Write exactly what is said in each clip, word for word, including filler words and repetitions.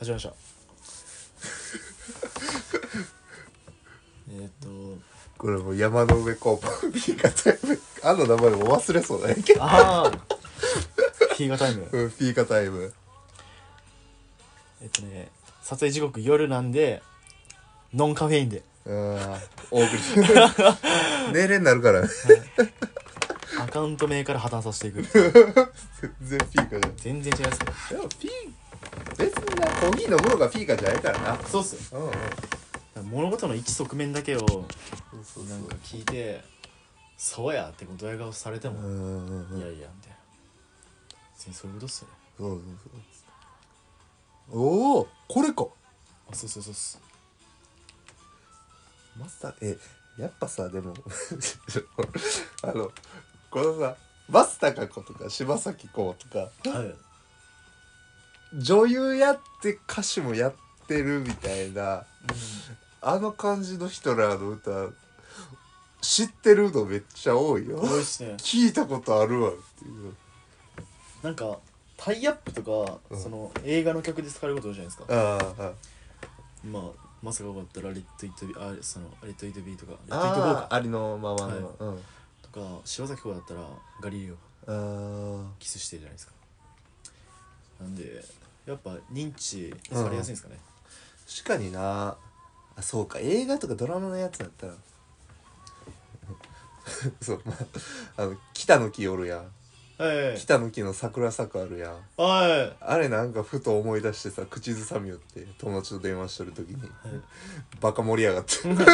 始まりましたえっとこれもう山の上コーパー B 型タイムあの名前も忘れそうだねけどああピーガタイムうん B 型タイムえっとね撮影時刻夜なんでノンカフェインでうんお送りし年齢になるから、ね、 アカウント名から破綻させていく全然 P かじゃん全然違いますねでも P 別になコーヒー飲むのが P かじゃないからなそうっすようんうん物事の一側面だけをそうそうなんか聞いてそうやってこうドヤ顔されても、 うんうんうんいやいやみたいな別にそういうことっすよねそうそうそうおおこれかあそうそうそうっすマスターえやっぱさでもあのこのさ松たか子とか柴咲コウとかはい女優やって歌手もやってるみたいなあの感じの人らの歌知ってるのめっちゃ多いよ多いっすね聞いたことあるわっていうなんかタイアップとか、 うんその映画の曲で使われること多いじゃないですかああまあまさかよかったらレッドイットビーあそのレッドイットビーとかレッドイットボーかああありのままの、 はいうんとか柴咲コウだったらガリレオあキスしてるじゃないですかなんでやっぱ認知されやすいんですかね、 確かになあそうか映画とかドラマのやつだったらそうまああの北の木おるやんはい北の木の桜咲くあるやんはあれなんかふと思い出してさ口ずさみよって友達と電話してる時に、 い、はい、 バカ盛り上がって懐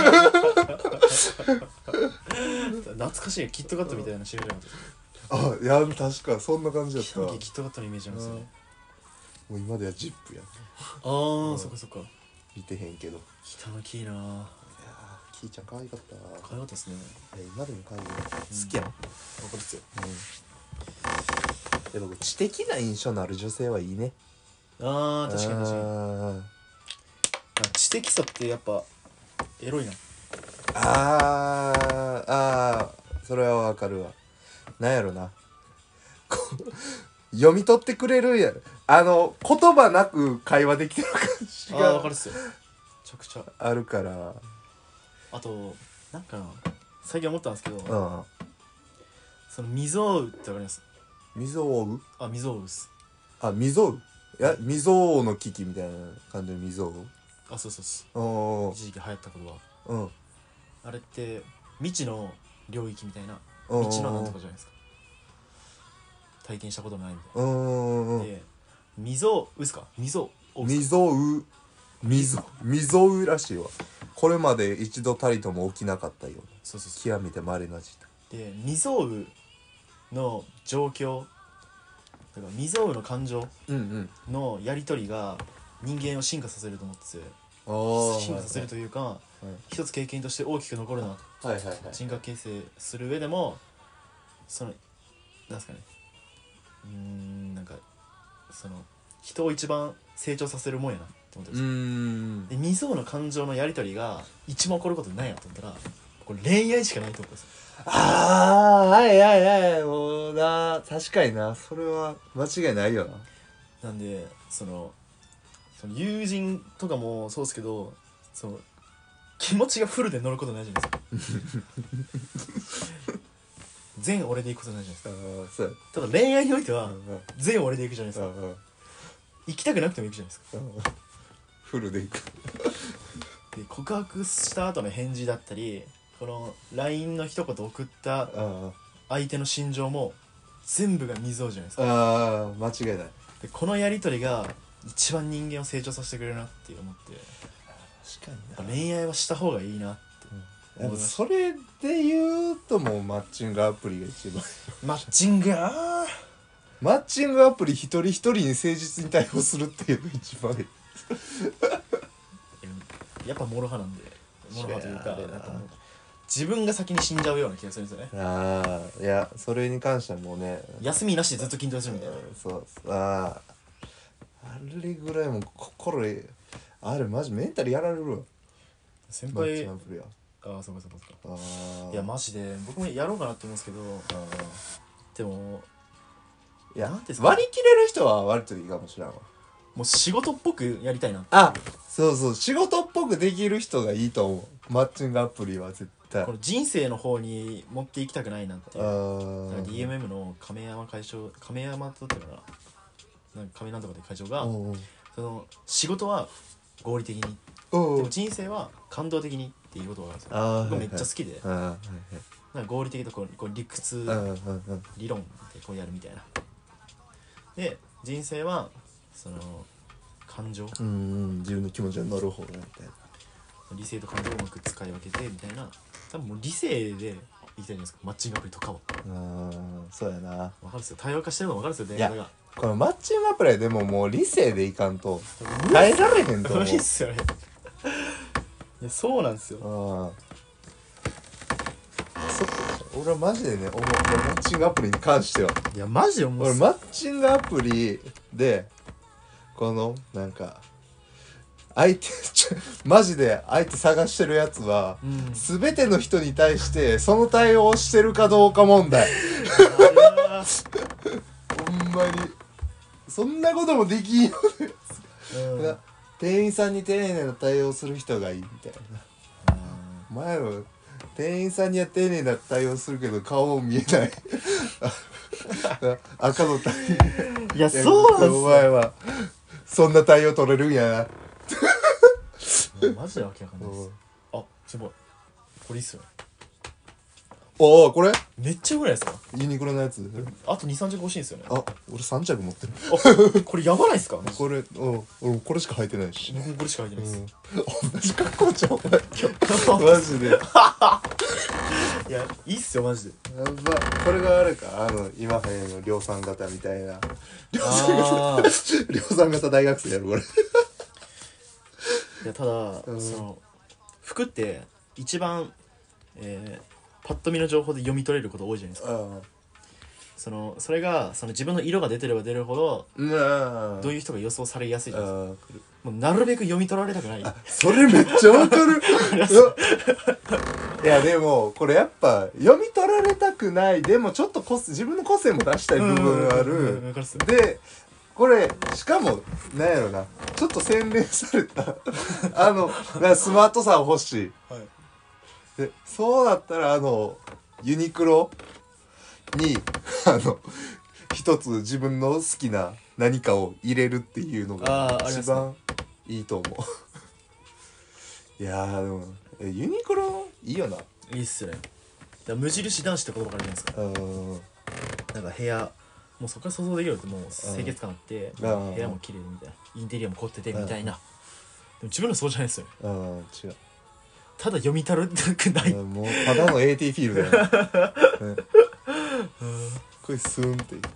かしいキットカットみたいな シーエム じゃなかったあいや確かそんな感じだった北のキットカットのイメージなんですよねもう今ではジップやねああ、 うんそっかそっか見てへんけどいや北のキーなーーキーちゃん可愛かった可愛かったですねいや今でも可愛い好きやん、うん、 わかるっすよでも知的な印象のある女性はいいねあー確かに確かにあ知的さってやっぱエロいなあーあーそれはわかるわなんやろなこう読み取ってくれるんやろあの言葉なく会話できてる感じあーわかがるっすよめちゃくちゃあるからあとなんかな最近思ったんですけど、 うんその未曾有ってわかります未曾有あ未曾有っすあ未曾有いや未曾有の危機みたいな感じの未曾有あそうそうっすお一時期流行った言葉うんあれって未知の領域みたいなうん未知のなんとかじゃないですか体験したことないみたいうんなで未曾有っすか未曾有未曾有未曾未曾有らしいわこれまで一度たりとも起きなかったようなそうそうそ極めて稀な事態うで未曾有の状況だから未曾有の感情うんうんのやり取りが人間を進化させると思っててあ進化させるというか、 はい一つ経験として大きく残るなはいはいはい人格形成する上でもそのなんすかねうーんなんかその人を一番成長させるもんやなって思ってるんですよ、 んで未曾有の感情のやり取りが一番起こることないやと思ったらこれ恋愛しかないと思うんですよああはいはいはいもうな確かになそれは間違いないよななんでそのその友人とかもそうですけどその気持ちがフルで乗ることないじゃないですか全俺で行くことないじゃないですかああそうただ恋愛においてはうんうん全俺で行くじゃないですかうんうん行きたくなくても行くじゃないですかフルでいくで告白した後の返事だったりこの ライン の一言送ったあ相手の心情も全部が未曾有じゃないですかああ間違いないでこのやり取りが一番人間を成長させてくれるなって思って確かにやっぱ恋愛はした方がいいなってやっぱそれで言うともうマッチングアプリが一番マッチングあマッチングアプリ一人一人に誠実に対応するっていうのが一番いいやっぱモロ派なんでモロ派というかあれなやっぱもう自分が先に死んじゃうような気がするんですよねああいやそれに関してはもうね休みなしでずっと筋トレするみたいなそうそうあああれぐらいもう心あれマジメンタルやられるわ先マッチ輩ングアプリやああそうかそうかそうかああいやマジで僕もやろうかなって思うんですけどでもいやなんですか割り切れる人は割といいかもしれんわもう仕事っぽくやりたいな。 あ、そうそう、仕事っぽくできる人がいいと思う。マッチングアプリは絶対。 この人生の方に持っていきたくないなっていう。 あなんかーディーエムエム の亀山会長、亀山だったかな、なんか亀なんとかで会長が、 うんうんその仕事は合理的に、でうんも人生は感動的にっていうことがあるんですよ。 あー僕めっちゃ好きで、 はいはいなんか合理的とこうこう理屈あーはいはいうんうん理論でこうやるみたいな。で人生はその感情、 うんうん自分の気持ちに乗る方がみたいな。 理性と感情をうまく使い分けてみたいな。多分もう理性でいきたいじゃないですか、マッチングアプリとかは。 うんそうやな。 わかるっすよ、多様化してるの分かるっすよ、電いや話が。 このマッチングアプリはでももう理性でいかんと耐えられへんと思う。 無理っすよね。いやそうなんですよ。 うんそ俺はマジでね思う。マッチングアプリに関してはいやマジで思うっす。 俺マッチングアプリでこのなんか相手ちょマジで相手探してるやつは、 うん全ての人に対してその対応をしてるかどうか問題。 あほんまにそんなこともできんよ。 れは店員さんに丁寧な対応する人がいいみたいな。お前は店員さんには丁寧な対応するけど顔も見えない赤の他人いやそうなんすよ。 お前はそんな対応取れるんやな。 いやマジでわけわかんないです。あすごい、これいいっすよね。 おおこれめっちゃうまいですか。 ユニクロのやつ。 あとにさん着欲しいんですよね。 あ俺さん着持ってる。 あこれやばないっすか。 これうん俺これしか履いてないし、 僕もこれしか入ってうないです。 ん、同じ格好じゃんお前マジでやいやいいっすよマジで。 ばこれがあれかあの今流行りの量産型みたいな量産ああ型量産型大学生やろこれ。 いやただ、 うんその服って一番、えー、パッと見の情報で読み取れること多いじゃないですか。 あそのそれがその自分の色が出てれば出るほどうんあどういう人が予想されやすいじゃないですか。 あもうなるべく読み取られたくない。 あそれめっちゃわかるいやでもこれやっぱ読み取られたくないでもちょっと個性自分の個性も出したい部分あうんうんうんうんるわかるっすでこれしかもなんやろなちょっと洗練されたあのなスマートさ欲しいはいでそうだったらあのユニクロにあの一つ自分の好きな何かを入れるっていうのがあーありますね一番いいと思ういやーでもえユニクロいいよないいっすよね。だから無印男子って言葉からじゃないですか。 うんなんか部屋もうそこから想像できるよってもう清潔感あってうん部屋も綺麗でみたいなインテリアも凝っててみたいな。でも自分らそうじゃないですよね。 うん違うただ読み取りたくない。 うんもうただの エーティー フィールドやな、ね、これスーンっていい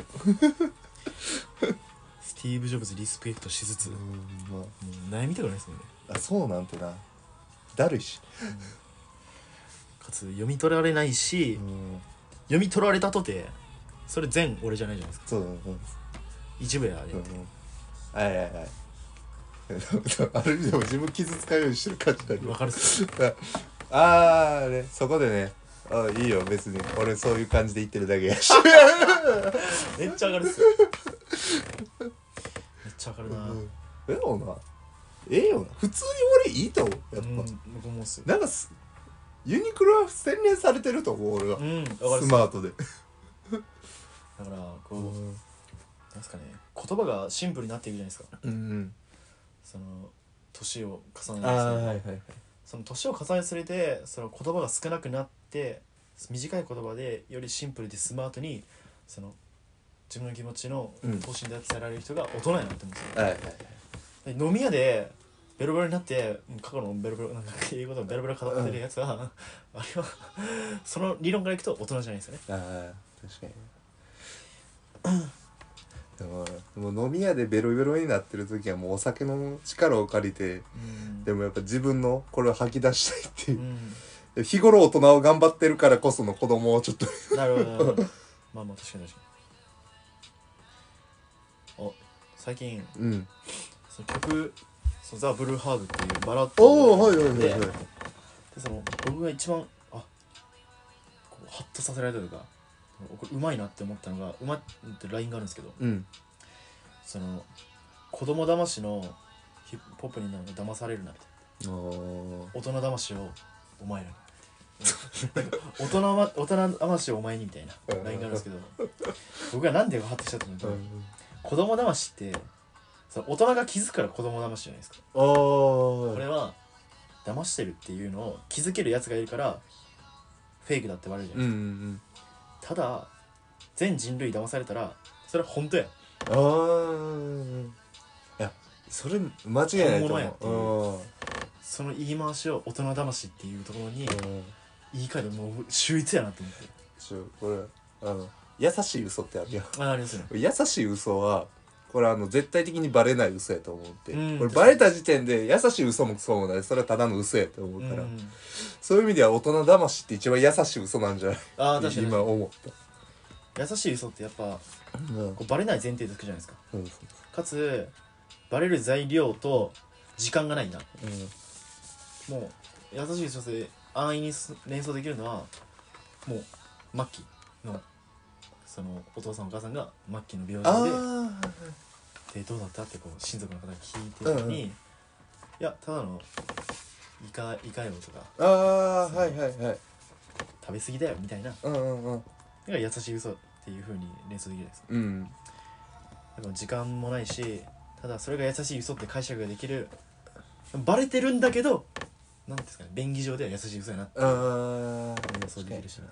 スティーブ・ジョブズリスペクトしつつ、 うんもまう悩みたくないですもんね。 ああそうなんてなだるいしかつ読み取られないし、 うん読み取られたとてそれ全俺じゃないじゃないですか。 そうだねうん一部やで、 うんはいはいはいある意味でも自分傷つかんようにしてる感じだけどわかるっす。 あーねそこでねあいいよ別に俺そういう感じで言ってるだけやしめっちゃ上がるっすよ。めっちゃ上がるな。 うんでもなええよな普通に俺いいと思うやっぱ、 うん、僕もっすよ。 なんかすユニクロは洗練されてると思う俺は、 うん、わかるっす。 スマートでだからこう、なんですかね、言葉がシンプルになっていくじゃないですか。 うんその年を重ねあるあはいはいはいその年を重ねすぎてその言葉が少なくなって短い言葉でよりシンプルでスマートにその自分の気持ちのうん等身大を伝えられる人が大人やなって思うんですよ、 はいはいで飲み屋でベロベロになって過去のベロベロなんか英語とかベロベロ語ってるやつは、あれはその理論からいくと大人じゃないですよね。 ああ確かにでももう飲み屋でベロベロになってる時はもうお酒の力を借りてうんでもやっぱ自分のこれを吐き出したいっていうう、 ん日頃大人を頑張ってるからこその子供をちょっとなるほどなるほどまあまあ確かに確かに。お最近うんその曲そのザ・ブルーハーブっていうバラッドおおはいはいはいではいでその僕が一番あこうハッとさせられたというかこれうまいなって思ったのがうまいってラインがあるんですけどうんその子供騙しのヒップホップになるの騙されるなみたいなお大人騙しをお前らに大人ま大人騙しをお前にみたいなラインがあるんですけど僕がなんで分かってきたと思うと、子供騙しってその大人が気づくから子供騙しじゃないですか。 おこれは騙してるっていうのを気づけるやつがいるからフェイクだって言われるじゃうないですか、 んうんただ全人類騙されたらそれは本当や。 ああいやそれ間違いないと本物やっていう思うその言い回しを大人騙しっていうところにうん言い換えるもう秀逸やなって思って。 ちょこれあの優しい嘘ってあるやんあありますよね。 優しい嘘はこれあの絶対的にバレない嘘やと思って、 うん、 これバレた時点で優しい嘘もそうもない、それはただの嘘やと思うから、 うん、 そういう意味では大人騙しって一番優しい嘘なんじゃないああ確かに今思っ優しい嘘ってやっぱた、うんこうバレない前提でつくじゃないですか。 うんかつバレる材料と時間がないんだ。もう優しい女性安易に連想できるのはもう末期のそのお父さんお母さんが末期の病あ状あででどうだったってこう親族の方が聞いてるのに、 うんうんいやただのイカイカよとかああはいはいはい食べ過ぎだよみたいなうんうんうんのが優しい嘘っていう風に連想できるんです。 うんだから時間もないしただそれが優しい嘘って解釈ができるバレてるんだけどなんですかね便宜上では優しい嘘やなってああ連想できるしね。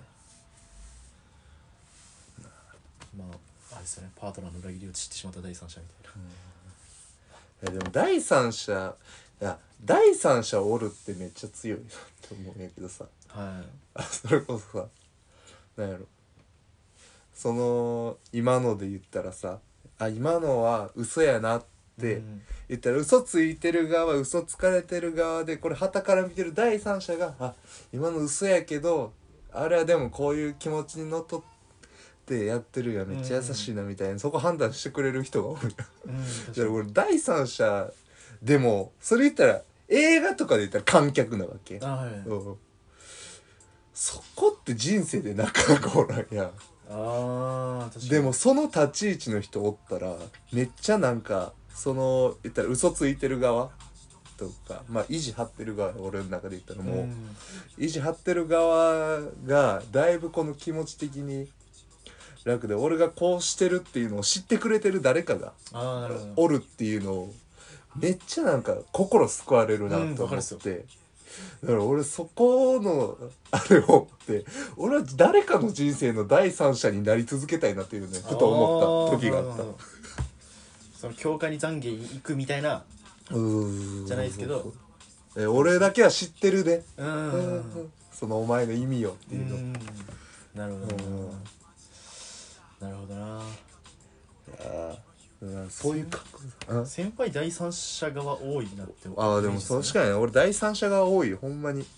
まああれですよねパートナーの裏切りを知ってしまった第三者みたいな。 いやでも第三者いや第三者おるってめっちゃ強いなって思うんやけどさはいあそれこそさなんやろその今ので言ったらさあ今のは嘘やなってうん言ったら嘘ついてる側嘘つかれてる側でこれ傍から見てる第三者があ今の嘘やけどあれはでもこういう気持ちにのっとってやってるやんめっちゃ優しいなみたいなそこ判断してくれる人がおるやんうんじゃあ俺第三者でもそれ言ったら映画とかで言ったら観客なわけ、 あはいうん、そこって人生でなかなかおらんやんあ確かにでもその立ち位置の人おったらめっちゃなんかその言ったら嘘ついてる側とかまあ意地張ってる側俺の中で言ったらもう、 うん意地張ってる側がだいぶこの気持ち的に楽で俺がこうしてるっていうのを知ってくれてる誰かがああなるほどおるっていうのをめっちゃなんか心救われるなと思うんわかるっすよって、だから俺そこのあれを思って俺は誰かの人生の第三者になり続けたいなっていうねふと思った時があったーその教会に懺悔行くみたいなうーんじゃないですけどえ俺だけは知ってるで、 うんうんそのお前の意味よっていうの、 うんなるほどなうんなるほどな。 あーそういう格好あ先輩第三者側多いなって思うあーでも確かにね俺第三者が多いほんまに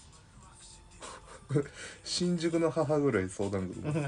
新宿の母ぐらい相談来る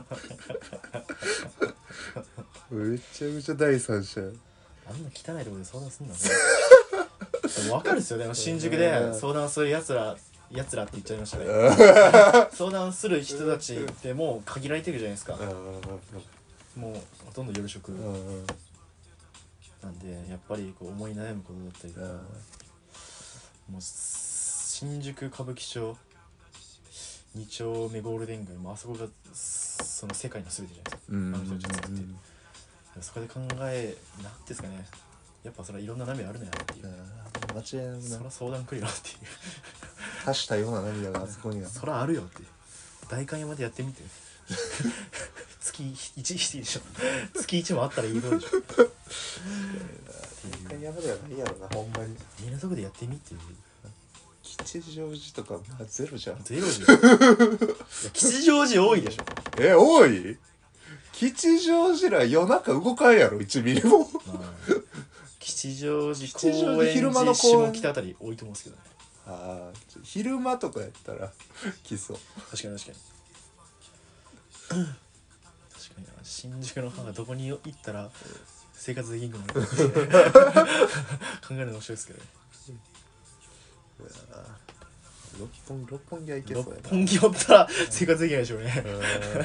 めちゃめちゃ第三者あんな汚いところで相談すんだねでも分かるっすよでも新宿で相談するやつらやつらって言っちゃいましたね相談する人たちってもう限られてるじゃないですか。もうほとんど夜食なんでやっぱりこう思い悩むことだったりとかもう新宿歌舞伎町に丁目ゴールデン街もあそこがその世界の全てじゃないですか、 うんあの人たちが作ってるそこで考えなんていうんですかねやっぱそれはいろんな涙あるのやなっていう間違いなくなそら相談来るよっていう多種多様な涙があそこにはそらあるよって代官山でやってみて月いちでしょ月いちもあったらいいのでしょ代官山ではないやろなほんまに家のとこでやってみっていう吉祥寺とかまあゼロじゃんゼロじゃんいや吉祥寺多いでしょえ多い吉祥寺ら夜中動かんやろいちミリも吉祥寺吉祥寺高円昼間の寺公園下北あたり多いと思うんですけどね。 ああ昼間とかやったら来そう確かに確かに確かにな新宿の母どこに行ったら生活できんくなるかって考えるの面白いですけどね。 六本六本木はいけそうやな六本木おったら生活できないでしょうね。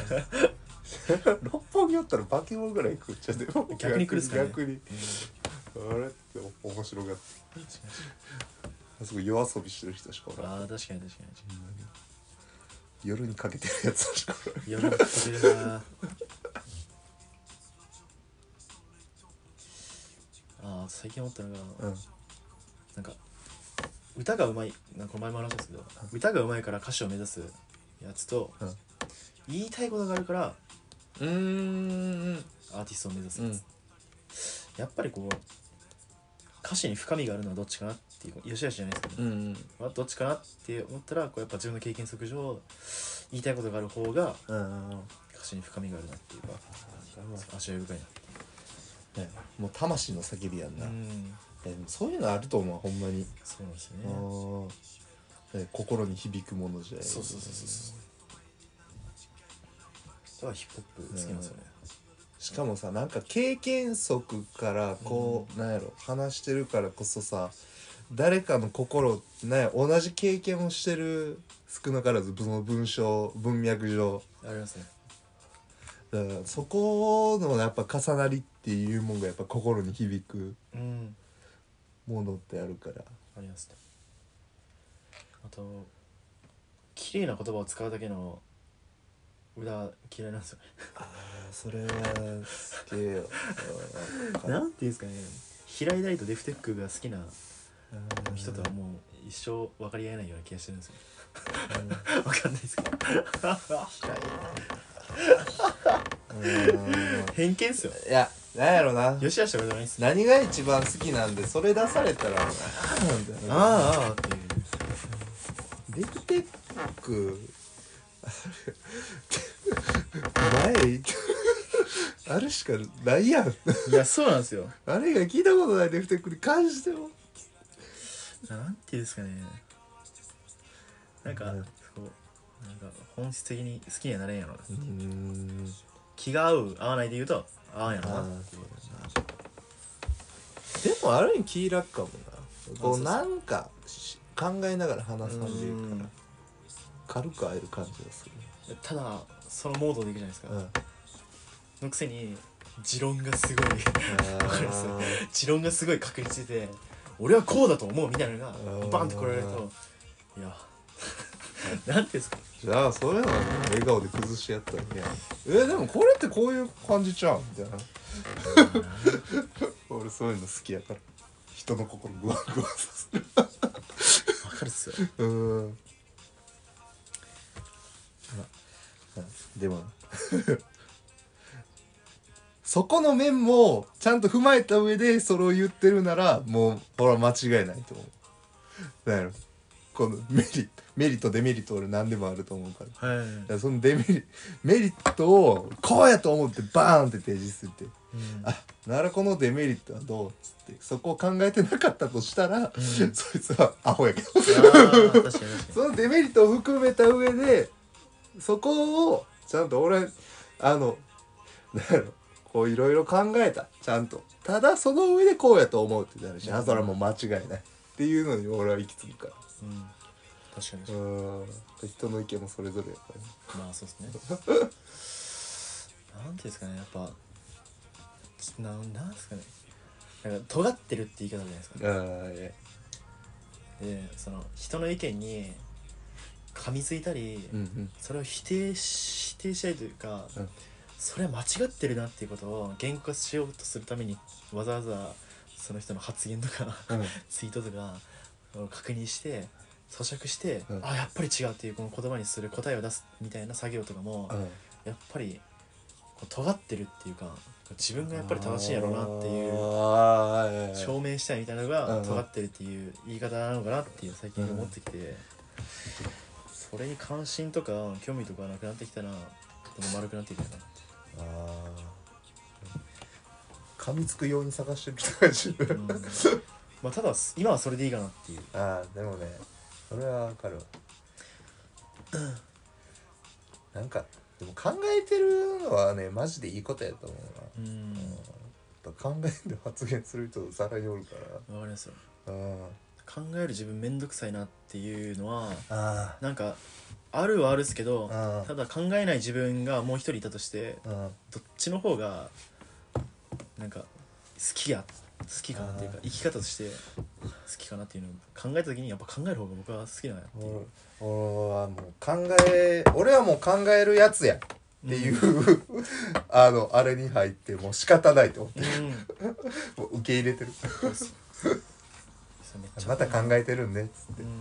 六本木おったらバケモンぐらい食っちゃうでも逆に来るっすかね逆にあれって面白がってあそこ夜遊びしてる人しかおらん。 ああ確かに確かに夜にかけてるやつしかおらん。 夜かけるなあー最近思ったのが、 うんなんか歌がうまいなんかこの前も話したんですけど、歌がうまいから歌手を目指すやつと、 うん言いたいことがあるからうーんアーティストを目指すうんやつ、やっぱりこう歌詞に深みがあるのはどっちかなっていうよしあしじゃないですけど、 うんまあ、どっちかなって思ったらこうやっぱ自分の経験則上言いたいことがある方がうんうん歌詞に深みがあるなっていうか味わい深いなねもう魂の叫びやんな、 うんえでもそういうのあると思うほんまに。 そうなんですよあねーえ心に響くものじゃない。 そうそうそうそうそうだからヒップホップ好きなんですよね、 しかもさなんか経験則からこう、なんやろ話してるからこそさ誰かの心ね同じ経験をしてる少なからずその文章文脈上ありますねだからそこのやっぱ重なりっていうもんがやっぱ心に響くうんものってあるから。 ありますねあと綺麗な言葉を使うだけの歌嫌いなんですよねああそれはすげえよなんていうんですかね平井大とデフテックが好きな人とはもう一生分かり合えないような気がしてるんですよ分かんないですけど偏見っすよいやなんやろなよしあしとかじゃないっすよ何が一番好きなんでそれ出されたらなんだよなああああっていうデフテック前あるしかないやんいやそうなんですよあれが聞いたことないデフテックに関してもなんていうんですかねなんか、 うんそうなんか本質的に好きにはなれんやろなうーん気が合う合わないで言うと合わんやろなあーでもある意味気楽かもなこうそうそうなんかし考えながら話さんでいいからうん軽く会える感じがするただそのモードでいくじゃないですか、 うんのくせに持論がすごいわかりますあ持論がすごい確立してて俺はこうだと思うみたいなのーがバンって来られるといやなんていうんですかじゃあそういうのは笑顔で崩し合ったらいいやんえでもこれってこういう感じちゃうんみたいな俺そういうの好きやから人の心グワグワさせるわかるっすようーんでもそこの面もちゃんと踏まえた上でそれを言ってるならもうほら間違いないと思う。なんやろこのメリットメリットデメリット俺何でもあると思うからはい、 だからそのデメリメリットをこうやと思ってバーンって提示するってうん、 あならこのデメリットはどうっつってそこを考えてなかったとしたら、 うん、 そいつはアホやけどあー確かに確かそのデメリットを含めた上でそこをちゃんと俺あのなんやろこういろいろ考えたちゃんとただその上でこうやと思うってなるし、 うんあそれはもう間違いないっていうのに俺は行き着くからに、うん、確かに確かにうん人の意見もそれぞれやからねまあそうですねなんていうんですかねやっぱなんなんですかねなんか尖ってるって言い方じゃないですか、ね、 ああいやでその人の意見に噛みついたり、 うんうんそれを否定し否定したいというか、 うんそれは間違ってるなっていうことを言語化しようとするためにわざわざその人の発言とかうんツイートとかを確認して咀嚼して、 うんあやっぱり違うっていうこの言葉にする答えを出すみたいな作業とかも、 うんやっぱりこう尖ってるっていうか自分がやっぱり正しいんやろうなっていうあー証明したいみたいなのうんがうん尖ってるっていう言い方なのかなっていう最近思ってきて、それに関心とか興味とかなくなってきたらどんどん丸くなっていくかな。 あー噛みつくように探してる人が自分うんまあただ今はそれでいいかなっていう。 ああでもねそれはわかるわなんかでも考えてるのはねマジでいいことやと思うな、 うんうん、やっぱ考えて発言する人ざらにおるかわかりますよ。 らうん考える自分めんどくさいなっていうのはあなんかあるはあるっすけど、 あただ考えない自分がもう一人いたとしてうんどっちの方がなんか好きやきかなっていうか生き方として好きかなっていうのを考えた時にやっぱ考える方が僕は好きだなっていう。 俺はもう考え俺はもう考えるやつやっていう、うん、あのあれに入ってもう仕方ないと思ってる、うん、もう受け入れてるまた考えてるんねっつって、うん、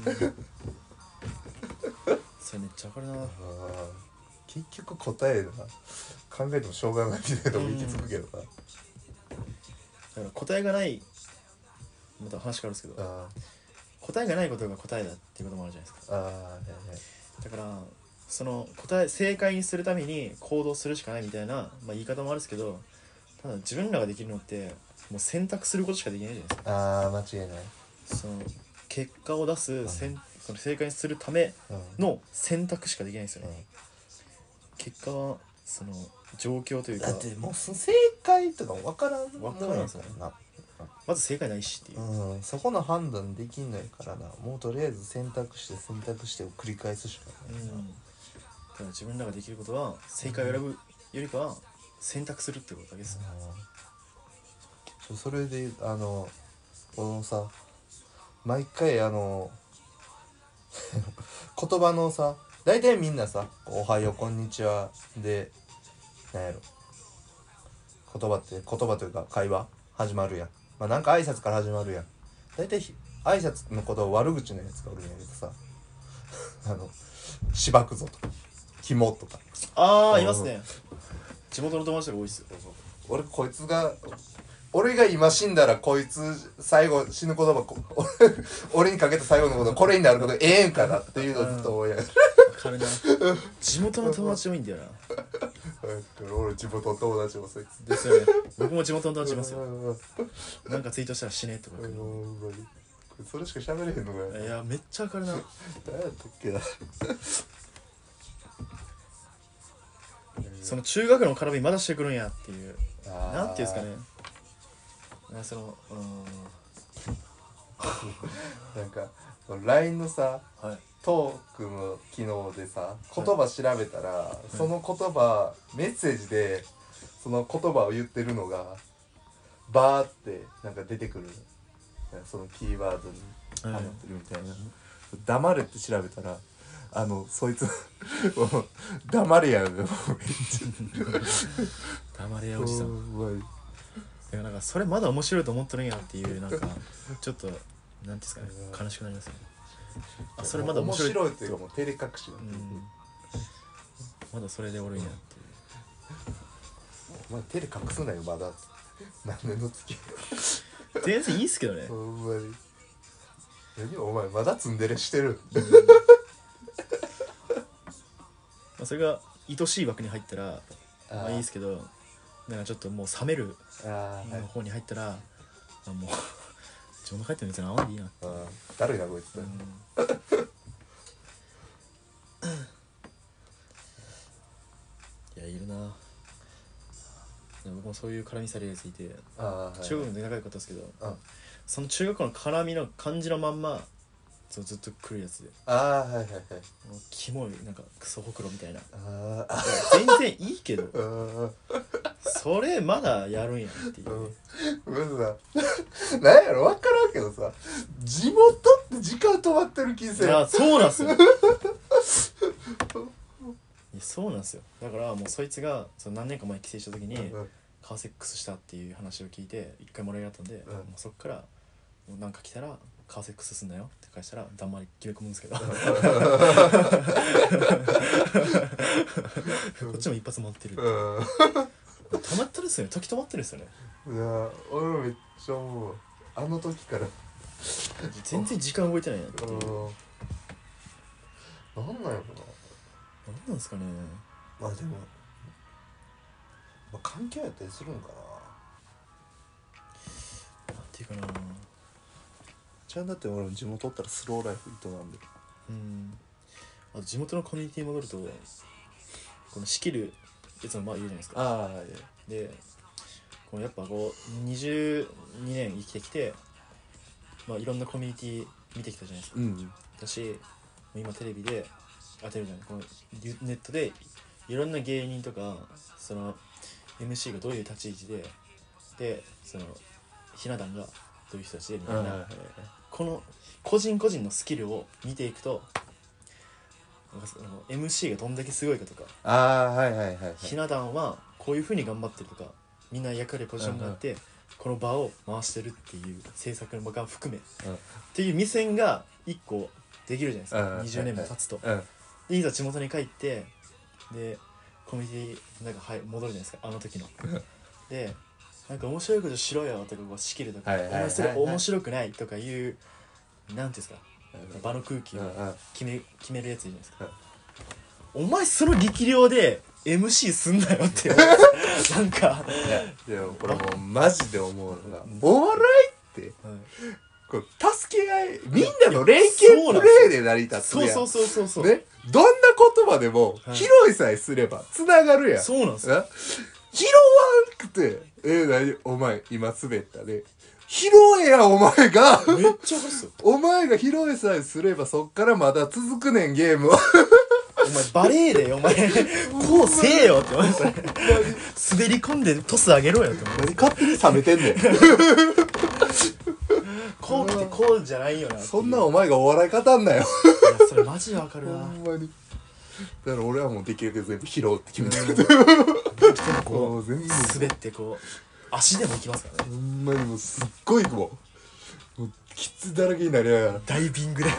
それめっちゃ分かるな。 結局答えだな考えてもしょうがないみたいなのも行き着くけどな、うん、だから答えがないまた話変わるんですけど答えがないことが答えだっていうこともあるじゃないですか。あ、はいはい、だからその答え正解にするために行動するしかないみたいな、まあ、言い方もあるんですけどただ自分らができるのってもう選択することしかできないじゃないですか。 ああ間違いない。 その結果を出す、うん、その正解にするための選択しかできないんですよね、うん、結果はその状況というかだってもう正解とか分からん分からんですよね。まず正解ないしっていう、 うん、そこの判断できんのやからなもうとりあえず選択して選択してを繰り返すしかない、うん、だから自分らができることは正解を選ぶよりかは選択するってことだけです、 うん、それであのこのさ毎回あの言葉のさ大体みんなさ「おはようこんにちは」でなんやろ言葉って言葉というか会話始まるやん、まあ、なんか挨拶から始まるやん。大体挨拶のことを悪口のやつがおるんやけどさあのしばくぞとかキモとかああいますね。地元の友達が多いっすよ。 俺こいつが俺が今死んだらこいつ最後死ぬ言葉俺, 俺にかけた最後のことこれになることええんかなっていうのをずっと思いながら分かるな地元の友達多いんだよな俺地元の友達もそいつですよね。僕も地元の友達いますよなんかツイートしたら死ねとかそれしか喋れへんのかよ。 いやめっちゃ分かるな何やったっけなその中学の絡みまだしてくるんやっていうなんていうんですかねそのうんなんか ライン のさ、はい、トークの機能でさ言葉調べたら、はい、その言葉メッセージでその言葉を言ってるのがバーってなんか出てくるそのキーワードに放ってるみたいな、はい、黙れって調べたらあのそいつ黙れやよめっちゃ黙れやおじさんだからなんかそれまだ面白いと思ってるんやっていうなんかちょっとなんていうんですかね悲しくなりますね。あそれまだ面白い面白いっていうかもう照れ隠しだっていう、うん、 まだそれでおるんやっていうお前照れ隠すなよまだ何年の付き合い全然いいっすけどねほんまに何お前まだツンデレしてる、うんまあそれが愛しい枠に入ったらまあいいですけどなんかちょっともう冷めるの方に入ったら、はい、もう自分の帰ってるやつに合わんでいいなってだるいなこいつ、うん、 いやいるな僕もそういう絡みされるやついてあ、はい、 中学で仲良かったんですけどその中学の絡みの感じのまんまそうずっと来るやつでああはいはいはいもうキモいなんかクソほくろみたいなあ全然いいけどそれまだやるんやっていう、 うん、さなんやろ分からんけどさ地元って時間止まってる気せん。 いやそうなんすよそうなんですよだからもうそいつがその何年か前帰省した時に、うん、カーセックスしたっていう話を聞いて一回盛り上がったんで、うん、もうそっからもうなんか来たらカーセックスすんなよって返したらだんまり決め込むんですけどこっちも一発持ってる止まってるっすよね時止まってるっすよね。 いや俺もめっちゃ思うあの時から全然時間動いてないなっていうなんなんやろななんなんですかね。 まあでも、まあ、環境やったりするんかななんていうかなじゃあだって俺も地元おったらスローライフ営んでるうんあと地元のコミュニティに戻るとこの仕切るやつもまあ言うじゃないですか。 ああでこのやっぱこうにじゅうにねん生きてきてまあいろんなコミュニティ見てきたじゃないですか、うん、だし今テレビであテレビじゃないこのネットでいろんな芸人とかその エムシー がどういう立ち位置ででそのひな壇がどういう人たちでみたいな、 はいはいはいこの個人個人のスキルを見ていくとなんかその エムシー がどんだけすごいかとか、 ああはいはいはいはいひな壇はこういう風に頑張ってるとか、みんな役割ポジションがあって、この場を回してるっていう制作の場が含め、 うん、 っていう目線がいっこできるじゃないですか、 うん、 にじゅうねんも経つと、 うんでいざ地元に帰ってでコミュニティなんか、はい、戻るじゃないですか、あの時のでなんか面白いことしろよとかこう仕切るとか、 はいはいはいはいお前それ面白くないとかいうなんていうんですか、場の空気を決め決めるやついるじゃないですか、お前その力量で エムシー すんなよってなんかいやでもこれもうマジで思うのがお笑いってはいこう助け合いみんなの連携プレーで成り立つやんそうそうそうそうそう、 ね、どんな言葉でもはい拾いさえすればつながるやん、 そうなんですよ、 な拾わんくてえー、何お前今滑ったね拾えやお前がめっちゃ分かるっすよお前が拾いさえすればそっからまだ続くねんゲームはお前バレーでお前こうせえよって思いますね滑り込んでトス上げろよって思う、 何勝手に冷めてんねんこう来てこうじゃないよなっていう、 そんなお前がお笑い語んなよいやそれマジで分かるほな、 んまにだから俺はもうできるだけ全部拾うって決めてるでもこもう全部う滑ってこう足でも行きますからね、 ほんまにもうすっごいもうもうキツだらけになりながらダイビングで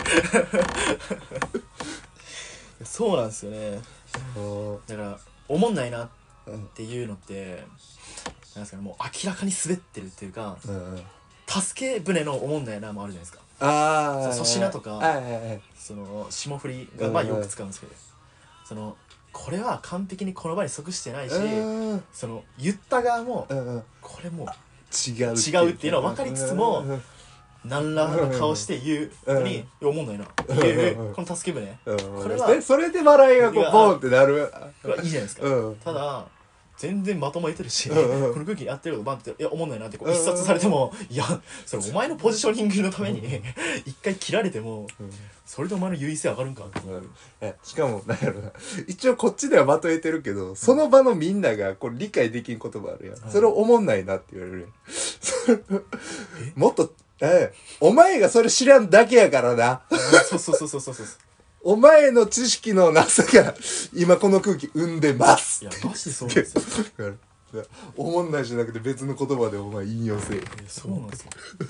そうなんですよね、だからおもんないなっていうのってなんですかね、もう明らかに滑ってるっていうか、 うんうん助け舟のおもんないなもあるじゃないですか、 ああそう粗品とかはいはいはいその霜降りがまあよく使うんですけど、そのこれは完璧にこの場に即してないし、 うんその言った側もうんうんこれもう違う違うっていうのは分かりつつもうんうん何らの顔して言うのに「いやおもんないな」っていうこの助け舟うんこれはでそれで笑いがこうボンってなるこれはいいじゃないですか、 うんただ全然まともに言ってるし、 うんうんこの空気やってることバンって「いやおもんないな」ってこう一冊されても「いやそれお前のポジショニングのために一回切られてもそれでお前の優位性上がるんか」っていう、 えしかもなんやろな一応こっちではまとえてるけどその場のみんながこれ理解できん言葉あるやん、 はいそれをおもんないなって言われるやんもっとえお前がそれ知らんだけやからなそうそうそうそうそうそうお前の知識のなさが今この空気生んでますいやマジでそうなんですよおもんないじゃなくて別の言葉でお前引用せええそうなんですよ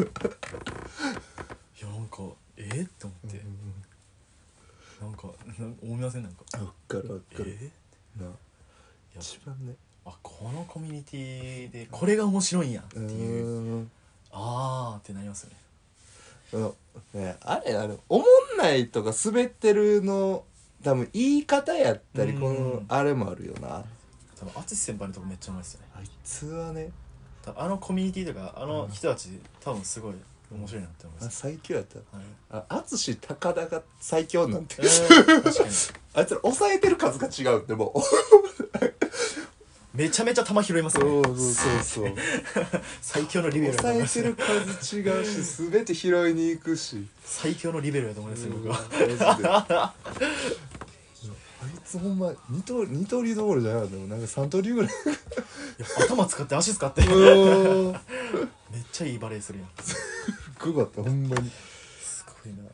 いやなんかえー、って思って、なんかなん思いませんなんかわかるわかるえー、 なや一番ねあこのコミュニティでこれが面白いんやってういうーんあーってなりますよねあのねあれあれおもんないとか滑ってるの多分言い方やったりうんこのあれもあるよな多分淳先輩のとこめっちゃうまいですよねあいつはね多分あのコミュニティとかあの人たち多分すごい面白いなって思いあます、 最強やったはいあ淳高田が最強なんてえー、確かにあいつら抑えてる数が違うってもうめちゃめちゃ球拾いますよねそうそうそうそう最強のリベロやと思い抑えますてる数違うし全て拾いに行くし最強のリベロやと思いますよ僕はマジであいつほんま二刀二刀流どころじゃなかったもんなんか三刀流ぐらいいや頭使って足使ってめっうわちゃいいバレーするやんすごかったほんまにすごいな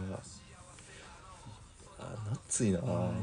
あ夏いなあ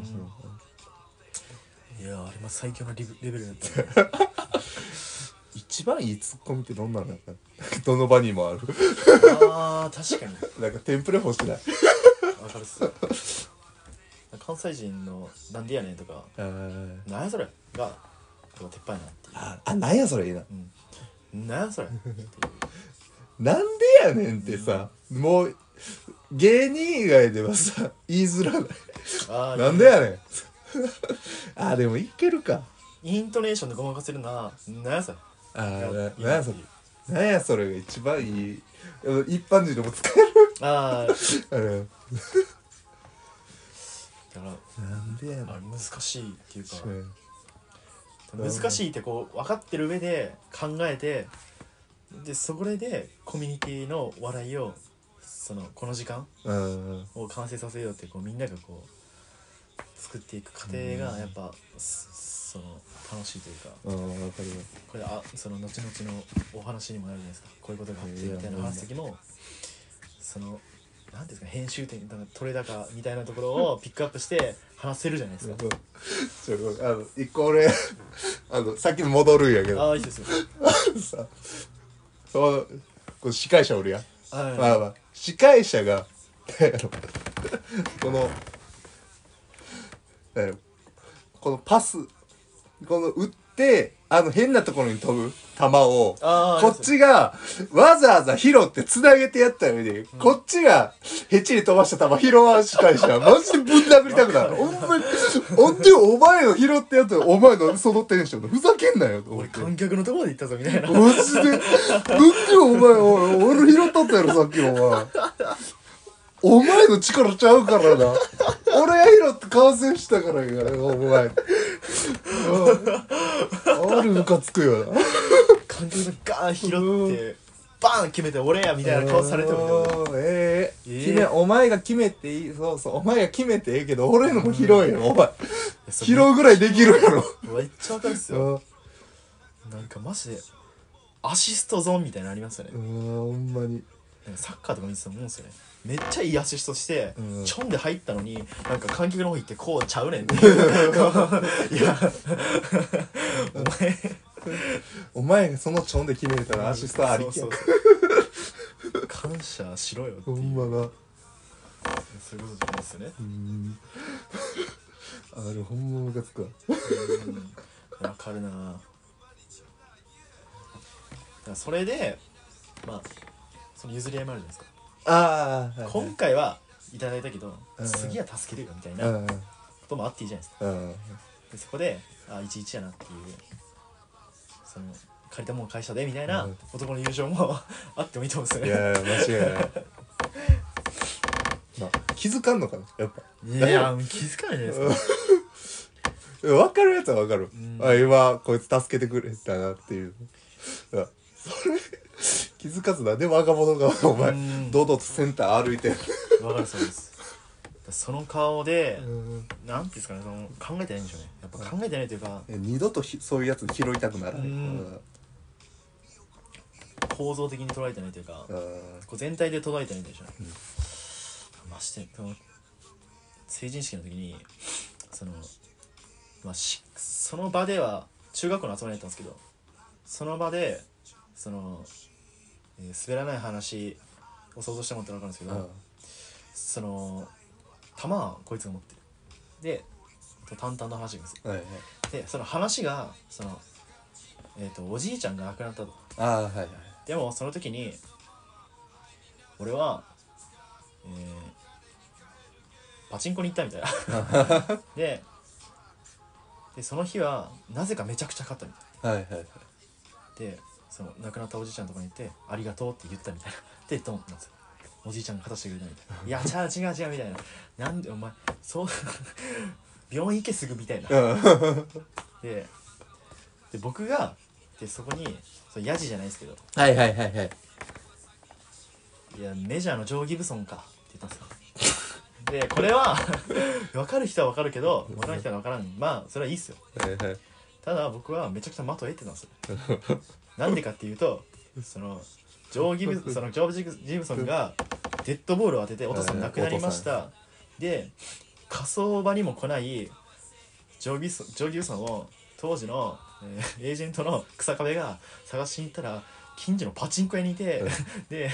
いやあれも最強のリベレベルやったね一番いいツッコミってどんなのなんかどの場にもあるあー確かになんかテンプレ欲しないわかるっす関西人のなんでやねんとかあなんやそれが鉄板やなっていうああなんやそれいいなうんなんやそれっていうなんでやねんってさもう芸人以外ではさ言いづらないあーなんでやねんあーでもいけるかイントネーションでごまかせるななんやそれあーがななんやそれなんやそれが一番いい一般人でも使えるあーあれだからなんでやねんあれ難しいっていうかうん難しいってこう分かってる上で考えてでそれでコミュニティの笑いをそのこの時間うんを完成させようってこうみんながこう作っていく過程がやっぱ、そその楽しいというか、 うんわかるわこれあその後々のお話にもなるじゃないですか。こういうことがあってみたいな話す時も、そのなんていうんですか、編集点だから取れ高みたいなところをピックアップして話せるじゃないですか。 ちょあの一個俺あのさっきの戻るんやけどああいいですよ。 さそのこの司会者おるやん、 はいまあまあ司会者がなんやろこのなんやろこのパスこの打ってあの変なところに飛ぶ球をあーこっちがわざわざ拾って繋げてやったのに、うん、こっちがへっちり飛ばした球拾わん司会者マジでぶん殴りたくなるほんまにほんでお前の拾ってやったらお前のそのテンションのふざけんなよと思って俺観客のところで行ったぞみたいなマジでなんでお前おい俺拾ったったやろさっきのお前お前の力ちゃうからな俺が拾って完成したからやからお前あれムカつくよな観客がガーン拾ってバーン決めて俺やみたいな顔されてもええー、決めお前が決めていいそうそうお前が決めていいけど俺のも広いよお前拾うぐらいできるやろめっちゃわかるっすよなんかマジでアシストゾーンみたいなのありますよねうんほんまにサッカーとか見てたと思うんですよねめっちゃいいアシストして、 うん、 ちょんで入ったのになんか観客の方行ってこうちゃうねんっていういやお前お前がそのちょんで決めれたらアシストありきやんか感謝しろよっていうほんまなそういうことじゃないですよねうんあれほんまムカつくわわかるなだからそれでまあその譲り合いもあるじゃないですかああ、はいはい、 今回はいただいたけど、 うん、 次は助けるよみたいなこともあっていいじゃないですか、 うん、 でそこであいちいちやなっていうその借りたもん返したでみたいな男の友情もあってもいいと思うんですよねいや間違いないまあ気づかんのかなやっぱいや気づかないじゃないですか分かるやつは分かる、うん、あ今こいつ助けてくれたなっていうそれ気づかずなで若者がお前堂々とセンター歩いて分かるそうですその顔でなんていうんですかねその考えてないんでしょうねやっぱ考えてないというか二度とそういうやつ拾いたくならない、うん、 構造的に捉えてないというかこう全体で捉えてないんでしょうね、うん、ましてその成人式の時にそのまあしその場では中学校の集まりだったんですけどその場でその、えー、滑らない話を想像してもらったら分かるんですけど、うん、その弾はこいつが持ってるで淡々と話がですよ、はいはい、でその話がその、えー、とおじいちゃんが亡くなったとあ、はいはい、 でもその時に俺は、えー、パチンコに行ったみたいなででその日はなぜかめちゃくちゃ勝ったみたいな、はいはいはい、でその亡くなったおじいちゃんのとこに行ってありがとうって言ったみたいなでドンってなっておじいちゃんが勝たせてくれたみたいないや違う違う違うみたいななんでお前そう病院行けすぐみたいなでで僕がでそこにそヤジじゃないですけどはいはいはいはいいやメジャーのジョー・ギブソンかって言ったんですよでこれは分かる人は分かるけど分からない人は分からんまあそれはいいっすよ、はいはい、ただ僕はめちゃくちゃ的を得てたんですよなんでかっていうとそのジョー・ギブそのジョー・ギブソンがデッドボールを当ててお父さん亡くなりました、で火葬場にも来ないジョー・ギブソン、ジョー・ギブソンを当時の、えー、エージェントの草壁が探しに行ったら近所のパチンコ屋にいてで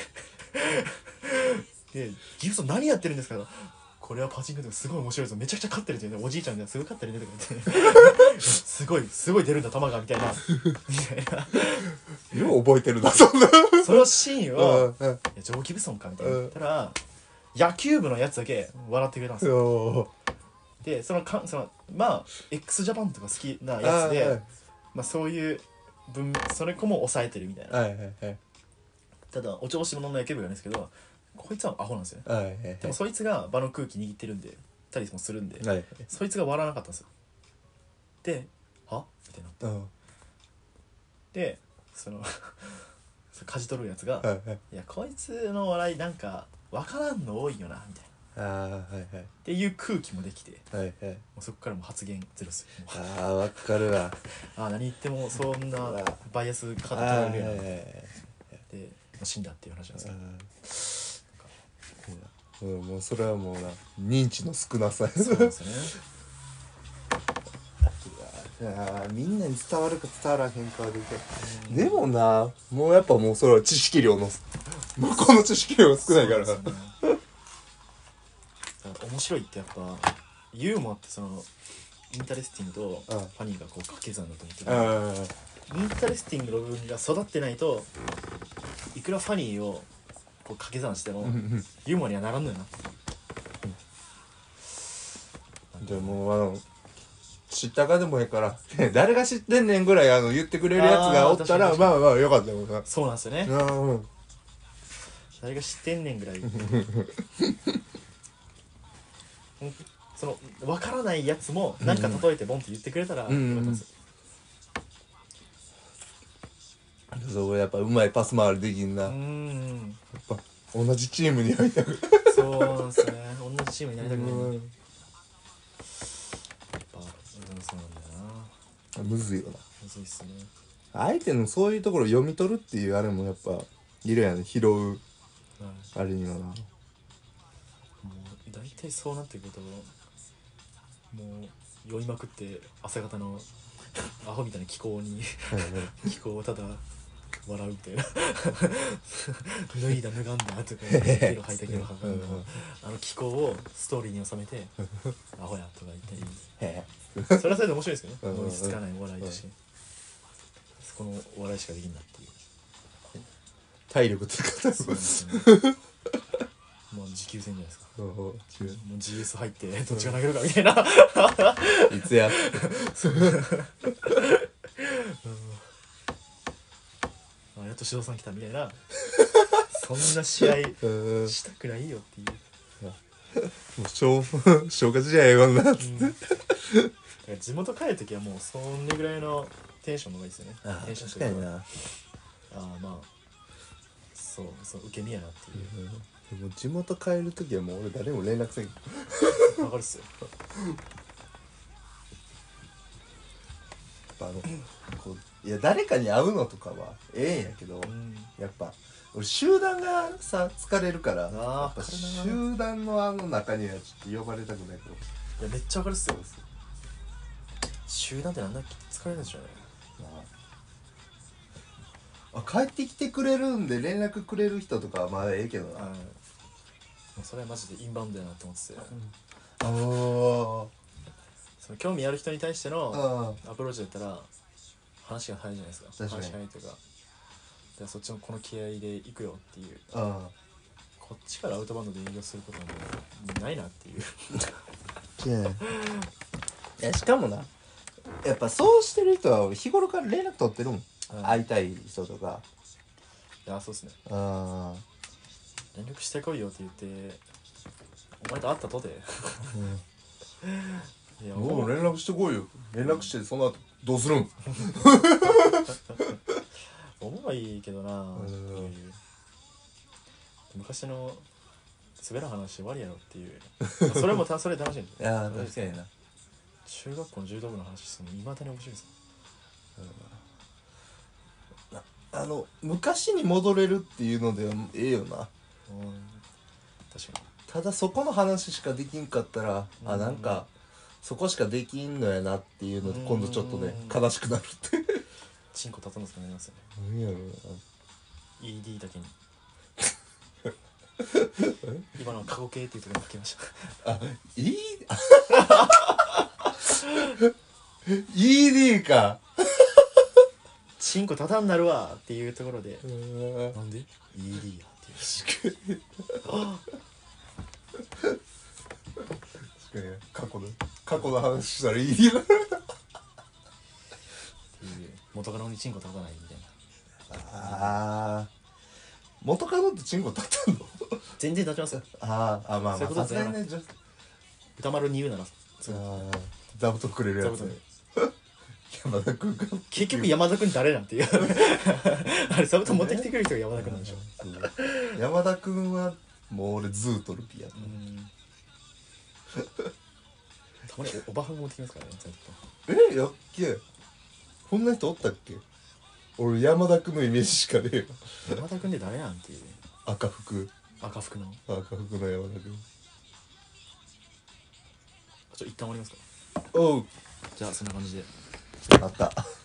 でギブソン何やってるんですかこれはパチンコですごい面白いぞめちゃくちゃ勝ってるって言うねおじいちゃんがすごい勝ってるねとか言ってすごいすごい出るんだ球がみたいなみたいなよう覚えてるなそんなそのシーンをいやジョー・ギブソンかみたいな言ったら野球部のやつだけ笑ってくれたんですよでそのかそのまあ x ジャパンとか好きなやつで、はい、まあ、そういう文それこも抑えてるみたいな、はいはいはい、ただお調子者の野球部がいるんですけどこいつはアホなんですよね、はいはいはい、でもそいつが場の空気握ってるんでたりもするんで、はいはい、そいつが笑わなかったんですよではみたいな、うん、でその舵取るやつが、はいはい、いやこいつの笑いなんか分からんの多いよなみたいああはいはいっていう空気もできて、 はいはいもうそこからもう発言ゼロっすよ。もうああわかるわああ何言ってもそんなバイアスかあかってあはいはいはい取られるやんでもう死んだっていう話なんですけど、 うん、もうそれはもうな認知の少なさそうなんですよね。 あーみんなに伝わるか伝わらへんかはできないでもなもうやっぱもうそれは知識量の向こうの知識量が少ないからそうなんですよね。だから面白いってやっぱユーモアってそのインタレスティングとうんファニーがこう掛け算だと思ってある。インタレスティングの部分が育ってないといくらファニーをこう掛け算してもユーモアにはならんのよな。 じゃあもうあの知ったかでもいいから誰が知ってんねんぐらいあの言ってくれるやつがおったらあー確かに確かにまあまあよかったよなそうなんですよね。 あーうん誰が知ってんねんぐらいその分からないやつもなんか例えてボンって言ってくれたらよかったんですよ。 そうやっぱうまいパス回りできんな、 うーんやっぱ同じチームに入りたくそうなんですね。同じチームになりたくない。やっぱうんそうなんだよな。 むずいよなむずいっすね。 相手のそういうところを読み取るっていうあれもやっぱいるやん拾うはい、 あれにはなもう大体そうなってくるともう酔いまくって朝方のアホみたいな気候に気候をただ笑うみたいな脱いだ脱がんだとかゲロ吐いたゲロ吐かんだあの気候をストーリーに収めてアホやとか言ったりへそれはそれで面白いですけどね。 うんうんうんノイズつかないお笑いとしてそこのお笑いしかできんなっていう。 体力使ったそうなんですよね。もう持久戦じゃないですか。もう ジーエス 入ってどっちが投げるかみたいな。 いつやあやっと指導さん来たみたいなそんな試合うんしたくないよっていう、 もう消消化試合やこんなっつってうん、だから地元帰るときはもうそんなぐらいのテンションの方がいいですよね。 あテンション確かになああまあそうそう受け身やなっていでも地元帰るときはもう俺誰も連絡せんうわかるっすよ。 あのこういや誰かに会うのとかはええんやけど、 うんやっぱ俺集団がさ疲れるからやっあーぱ集団のあの中にはちょっと呼ばれたくないけどいやめっちゃわかるっすよ。集団ってなんだっけ疲れるんでしょうね。 あ帰ってきてくれるんで連絡くれる人とかはまだええけどな、 はいもうそれはマジでインバウンドやなって思ってて、 あーその興味ある人に対してのあアプローチだったら話が早いじゃないですか。 確かに話早いというかだからそっちのこの気合いで行くよっていうあこっちからアウトバウンドで営業することはもうないなっていういやしかもなやっぱそうしてる人は日頃から連絡取ってるもん、会いたい人とかいやそうっすね。 あ連絡してこいよって言ってお前と会ったとていやもう連絡してこいよ連絡してその後どうするんおもろいけどなうんっていう昔の滑らん話終わりやろっていうそれもたそれ楽しいんですいやー確かにな中学校の柔道部の話してもいまだに面白いです。 あの昔に戻れるっていうのではええよなうん確かただそこの話しかできんかったら、 うんあなんかそこしかできんのやなっていうのでうん今度ちょっとね悲しくなるってにチンコ立たんですかなりますよね。 何やろうイーディー だけに今の過去形っていうところに書きましたなあいいイーディー かチンコ立たんなるわっていうところでうーんなんで イーディー やっていうあ確かに過去の過去の話したらいいよっていう元カノにチンコ立たないみたいな。 あー元カノってチンコ立ったの全然立ちますよ。 あーあまあそういうことまあさすがにだねじゃ歌丸に言うならあー座布団くれるやつ座布団山田君が結局山田君誰なんていうあれ座布団持ってきてくれる人が山田君なんでしょ。 山田君はもう俺ズートルピアうんたまにおおばはん持ってきますからねちゃんと。 えやっけこんな人おったっけ。俺山田君のイメージしかねえよ。 山田君で誰やんっていう。 赤服赤服の赤服の山田君。 ちょ一旦終わりますか。 おうじゃあそんな感じであった